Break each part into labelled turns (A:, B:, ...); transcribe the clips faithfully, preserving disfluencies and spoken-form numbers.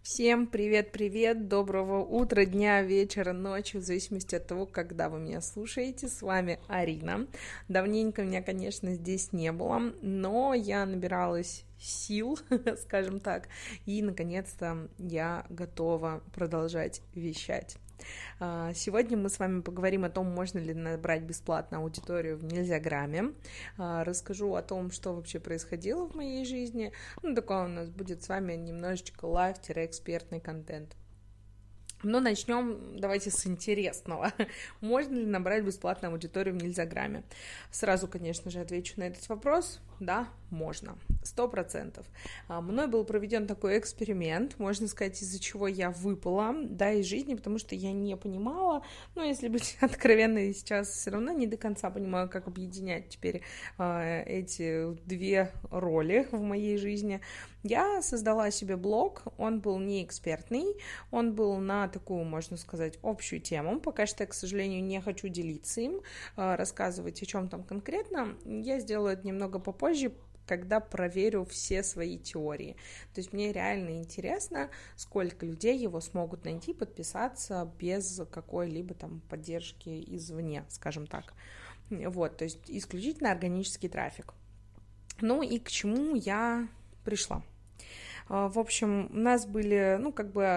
A: Всем привет-привет, доброго утра, дня, вечера, ночи, в зависимости от того, когда вы меня слушаете. С вами Арина. Давненько меня, конечно, здесь не было, но я набиралась сил, скажем так, и, наконец-то, я готова продолжать вещать. Сегодня мы с вами поговорим о том, можно ли набрать бесплатно аудиторию в Нельзяграме. Расскажу о том, что вообще происходило в моей жизни. Ну, такой у нас будет с вами немножечко лайв-экспертный контент. Но начнем, давайте, с интересного. Можно ли набрать бесплатную аудиторию в Нельзяграме? Сразу, конечно же, отвечу на этот вопрос. Да, можно. Сто процентов. Мной был проведен такой эксперимент, можно сказать, из-за чего я выпала, да, из жизни, потому что я не понимала, ну, если быть откровенной, сейчас все равно не до конца понимаю, как объединять теперь э, эти две роли в моей жизни. Я создала себе блог, он был не экспертный, он был на такую, можно сказать, общую тему. Пока что я, к сожалению, не хочу делиться им, э, рассказывать о чем там конкретно. Я сделаю это немного попозже, когда проверю все свои теории. То есть мне реально интересно, сколько людей его смогут найти, подписаться без какой-либо там поддержки извне, скажем так. Вот, то есть исключительно органический трафик. Ну и к чему я пришла? В общем, у нас были, ну, как бы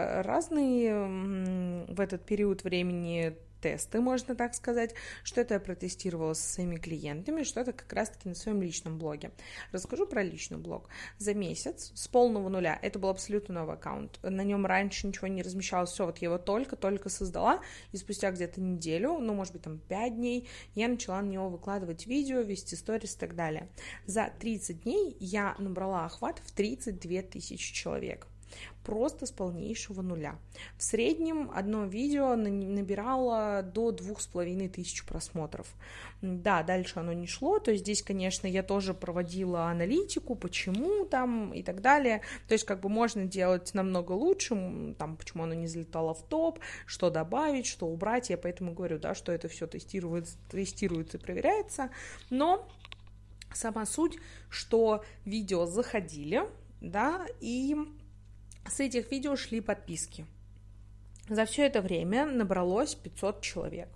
A: разные в этот период времени тесты, можно так сказать, что-то я протестировала со своими клиентами, что-то как раз-таки на своем личном блоге. Расскажу про личный блог. За месяц с полного нуля, это был абсолютно новый аккаунт, на нем раньше ничего не размещалось, все, вот я его только-только создала, и спустя где-то неделю, ну, может быть, там пять дней, я начала на него выкладывать видео, вести сторис и так далее. За тридцать дней я набрала охват в тридцать две тысячи человек. Просто с полнейшего нуля. В среднем одно видео набирало до двух с половиной тысяч просмотров. Да, дальше оно не шло, то есть здесь, конечно, я тоже проводила аналитику, почему там и так далее. То есть как бы можно делать намного лучше, там, почему оно не залетало в топ, что добавить, что убрать. Я поэтому говорю, да, что это все тестируется, тестируется и проверяется. Но сама суть, что видео заходили, да, и с этих видео шли подписки. За все это время набралось пятьсот человек.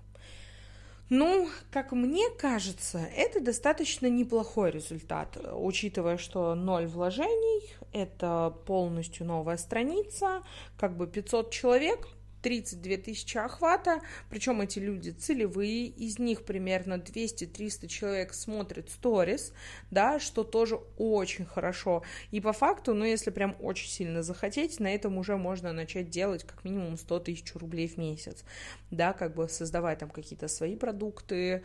A: Ну, как мне кажется, это достаточно неплохой результат, учитывая, что ноль вложений, это полностью новая страница, как бы пятьсот человек, тридцать две тысячи охвата, причем эти люди целевые, из них примерно двести-триста человек смотрят сторис, да, что тоже очень хорошо, и по факту, ну, если прям очень сильно захотеть, на этом уже можно начать делать как минимум сто тысяч рублей в месяц, да, как бы создавать там какие-то свои продукты,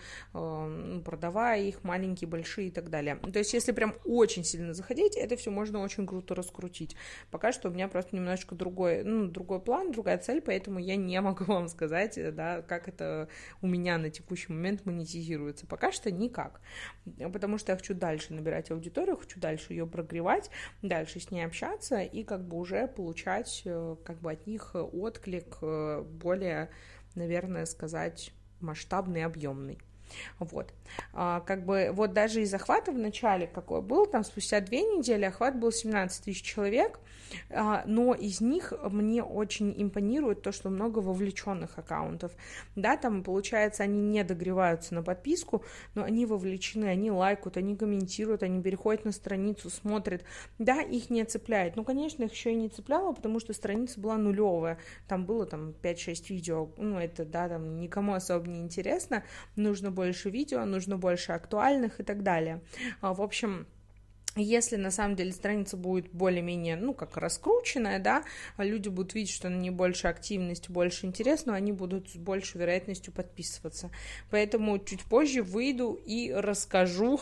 A: э, продавая их, маленькие, большие и так далее, то есть если прям очень сильно захотеть, это все можно очень круто раскрутить, пока что у меня просто немножечко другой, ну, другой план, другая цель, поэтому Поэтому я не могу вам сказать, да, как это у меня на текущий момент монетизируется. Пока что никак, потому что я хочу дальше набирать аудиторию, хочу дальше ее прогревать, дальше с ней общаться и как бы уже получать как бы от них отклик более, наверное, сказать, масштабный, объемный. Вот, а, как бы, вот даже из охвата в начале какой был, там спустя две недели охват был семнадцать тысяч человек, а, но из них мне очень импонирует то, что много вовлеченных аккаунтов, да, там, получается, они не догреваются на подписку, но они вовлечены, они лайкают, они комментируют, они переходят на страницу, смотрят, да, их не цепляет, ну, конечно, их еще и не цепляло, потому что страница была нулевая, там было, там, пять-шесть видео, ну, это, да, там, никому особо не интересно, нужно больше видео, нужно больше актуальных и так далее. В общем, если на самом деле страница будет более-менее, ну, как раскрученная, да, люди будут видеть, что на ней больше активности, больше интереса, но они будут с большей вероятностью подписываться. Поэтому чуть позже выйду и расскажу,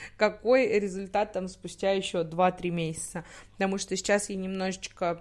A: какой результат там спустя еще два-три месяца. Потому что сейчас я немножечко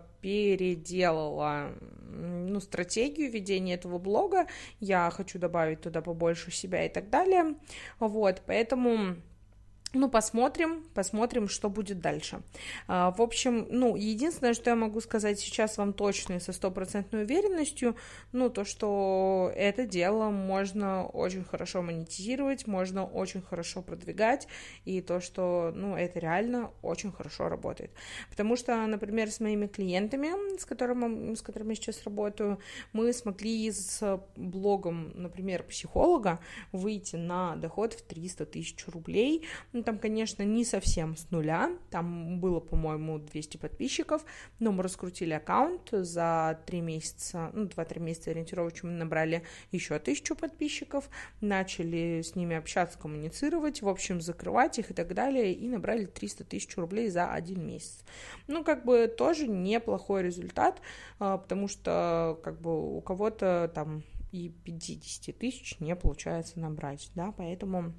A: переделала, ну, стратегию ведения этого блога. Я хочу добавить туда побольше себя и так далее. Вот, поэтому Ну, посмотрим, посмотрим, что будет дальше. А, в общем, ну, единственное, что я могу сказать сейчас вам точно и со стопроцентной уверенностью, ну, то, что это дело можно очень хорошо монетизировать, можно очень хорошо продвигать, и то, что, ну, это реально очень хорошо работает. Потому что, например, с моими клиентами, с которыми, с которыми я сейчас работаю, мы смогли с блогом, например, психолога выйти на доход в триста тысяч рублей. Ну, там, конечно, не совсем с нуля, там было, по-моему, двести подписчиков, но мы раскрутили аккаунт за три месяца, ну, два-три месяца ориентировочно мы набрали еще тысячу подписчиков, начали с ними общаться, коммуницировать, в общем, закрывать их и так далее, и набрали триста тысяч рублей за один месяц. Ну, как бы тоже неплохой результат, потому что, как бы, у кого-то там и пятьдесят тысяч не получается набрать, да, поэтому...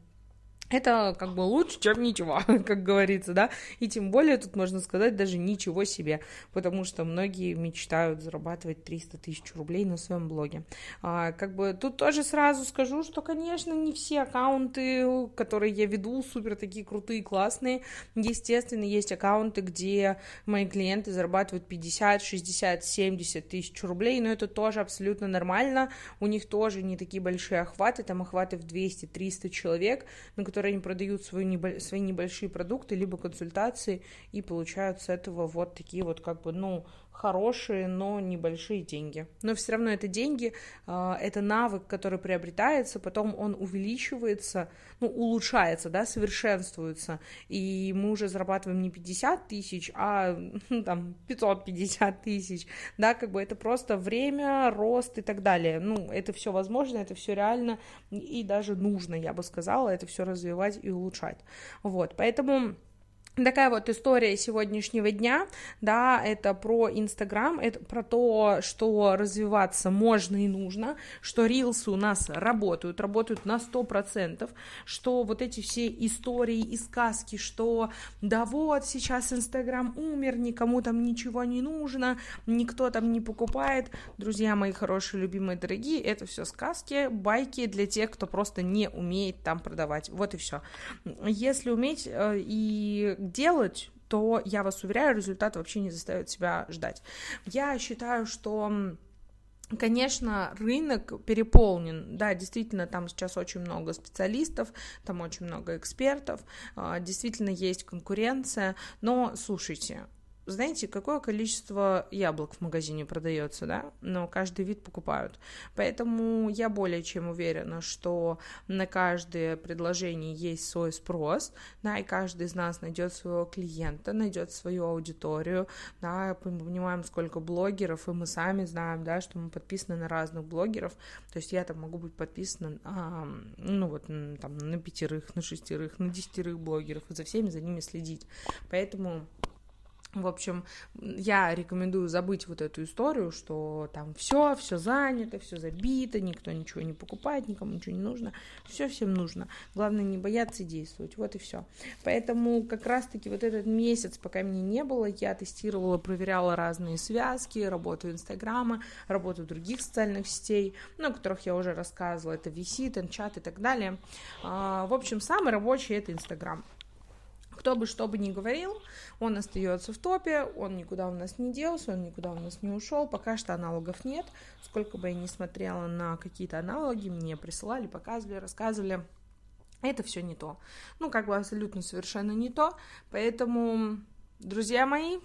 A: Это как бы лучше, чем ничего, как говорится, да, и тем более тут можно сказать даже ничего себе, потому что многие мечтают зарабатывать триста тысяч рублей на своем блоге. А, как бы тут тоже сразу скажу, что, конечно, не все аккаунты, которые я веду, супер такие крутые, классные. Естественно, есть аккаунты, где мои клиенты зарабатывают пятьдесят, шестьдесят, семьдесят тысяч рублей, но это тоже абсолютно нормально, у них тоже не такие большие охваты, там охваты в двести-триста человек, на которые которые они продают свои, небо... свои небольшие продукты, либо консультации, и получают с этого вот такие вот, как бы, ну, хорошие, но небольшие деньги. Но все равно это деньги, это навык, который приобретается, потом он увеличивается, ну, улучшается, да, совершенствуется, и мы уже зарабатываем не пятьдесят тысяч, а, ну, там, пятьсот пятьдесят тысяч, да, как бы это просто время, рост и так далее. Ну, это все возможно, это все реально, и даже нужно, я бы сказала, это все развивать и улучшать. Вот, поэтому... Такая вот история сегодняшнего дня, да, это про Инстаграм, это про то, что развиваться можно и нужно, что рилсы у нас работают, работают на сто процентов, что вот эти все истории и сказки, что да вот сейчас Инстаграм умер, никому там ничего не нужно, никто там не покупает, друзья мои хорошие, любимые, дорогие, это все сказки, байки для тех, кто просто не умеет там продавать, вот и все. Если уметь и делать, то, я вас уверяю, результат вообще не заставит себя ждать. Я считаю, что, конечно, рынок переполнен, да, действительно, там сейчас очень много специалистов, там очень много экспертов, действительно есть конкуренция, но, слушайте, знаете, какое количество яблок в магазине продается, да, но каждый вид покупают, поэтому я более чем уверена, что на каждое предложение есть свой спрос, да, и каждый из нас найдет своего клиента, найдет свою аудиторию, да, мы понимаем, сколько блогеров, и мы сами знаем, да, что мы подписаны на разных блогеров, то есть я там могу быть подписана, а, ну, вот, там, на пятерых, на шестерых, на десятерых блогеров, и за всеми за ними следить, поэтому... В общем, я рекомендую забыть вот эту историю, что там все, все занято, все забито, никто ничего не покупает, никому ничего не нужно, все всем нужно. Главное не бояться действовать, вот и все. Поэтому как раз-таки вот этот месяц, пока меня не было, я тестировала, проверяла разные связки, работу Инстаграма, работу других социальных сетей, ну, о которых я уже рассказывала, это Висит, Энчат и так далее. В общем, самый рабочий это Инстаграм. Кто бы что бы ни говорил, он остается в топе, он никуда у нас не делся, он никуда у нас не ушел, пока что аналогов нет, сколько бы я ни смотрела на какие-то аналоги, мне присылали, показывали, рассказывали, это все не то, ну, как бы абсолютно совершенно не то, поэтому... Друзья мои,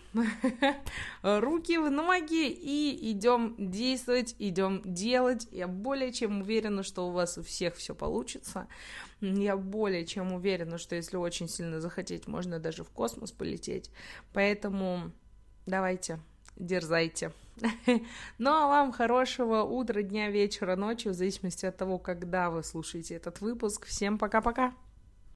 A: руки в ноги и идем действовать, идем делать. Я более чем уверена, что у вас у всех все получится. Я более чем уверена, что если очень сильно захотеть, можно даже в космос полететь. Поэтому давайте, дерзайте. Ну, а вам хорошего утра, дня, вечера, ночи, в зависимости от того, когда вы слушаете этот выпуск. Всем пока-пока!